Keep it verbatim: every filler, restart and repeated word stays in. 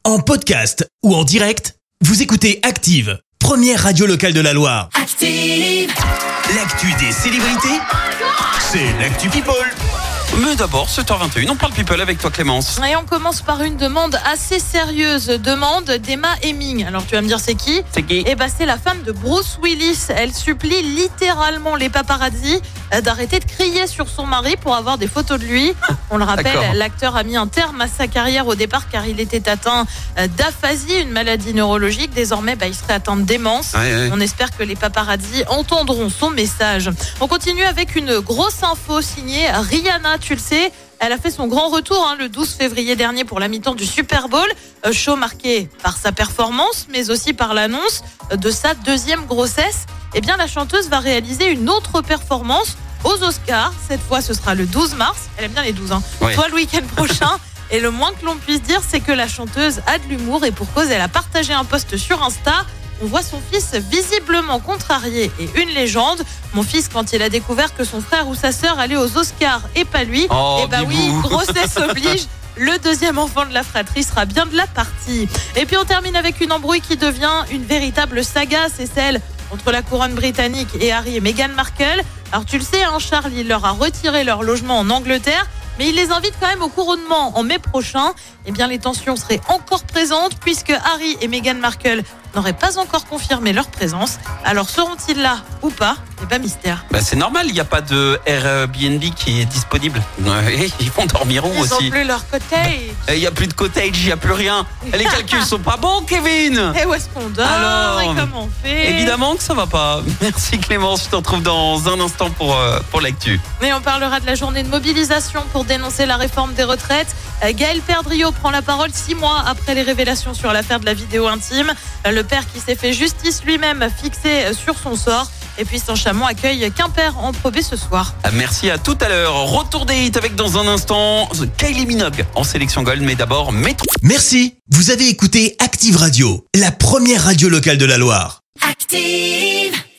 En podcast ou en direct, vous écoutez Active, première radio locale de la Loire. Active. L'actu des célébrités, c'est l'actu People. Mais d'abord, sept heures vingt et une, on parle people avec toi Clémence. Et on commence par une demande assez sérieuse, demande d'Emma Heming. Alors tu vas me dire c'est qui ? C'est qui ? Eh ben c'est la femme de Bruce Willis. Elle supplie littéralement les paparazzis d'arrêter de crier sur son mari pour avoir des photos de lui. On le rappelle, D'accord. l'acteur a mis un terme à sa carrière au départ car il était atteint d'aphasie, une maladie neurologique. Désormais, bah, il serait atteint de démence. Ouais, ouais. On espère que les paparazzis entendront son message. On continue avec une grosse info signée Rihanna. Tu le sais, elle a fait son grand retour hein, le douze février dernier pour la mi-temps du Super Bowl. Euh, show marqué par sa performance, mais aussi par l'annonce de sa deuxième grossesse. Eh bien, la chanteuse va réaliser une autre performance aux Oscars. Cette fois, ce sera le douze mars. Elle aime bien les douze, hein. Ouais. Soit le week-end prochain. Et le moins que l'on puisse dire, c'est que la chanteuse a de l'humour et pour cause, elle a partagé un post sur Insta. On voit son fils visiblement contrarié et une légende. Mon fils, quand il a découvert que son frère ou sa sœur allait aux Oscars et pas lui, Oh, eh ben oui, bibou. grossesse oblige. Le deuxième enfant de la fratrie sera bien de la partie. Et puis on termine avec une embrouille qui devient une véritable saga. C'est celle entre la couronne britannique et Harry et Meghan Markle. Alors tu le sais, hein, Charles, il leur a retiré leur logement en Angleterre. Mais il les invite quand même au couronnement en mai prochain. Eh bien, les tensions seraient encore présentes puisque Harry et Meghan Markle n'auraient pas encore confirmé leur présence. Alors, seront-ils là ou pas ? Eh bien, mystère. Bah, c'est normal, il n'y a pas de Airbnb qui est disponible. Ouais, ils vont dormir où Ils aussi n'ont plus leur cottage. Il n'y a plus de cottage, il n'y a plus rien. Les calculs sont pas bons, Kevin. Et où est-ce qu'on dort ? Alors, Et comment on fait ? Évidemment que ça va pas. Merci Clémence, je te retrouve dans un instant pour, euh, pour l'actu. Mais on parlera de la journée de mobilisation pour dénoncer la réforme des retraites. Euh, Gaël Perdriau prend la parole six mois après les révélations sur l'affaire de la vidéo intime. Euh, Le père qui s'est fait justice lui-même fixé sur son sort. Et puis Saint-Chamond accueille Quimper en Pro B ce soir. Merci, à tout à l'heure. Retour des hits avec dans un instant Kylie Minogue en sélection Gold, mais d'abord Métro. Merci, vous avez écouté Active Radio, la première radio locale de la Loire. Active.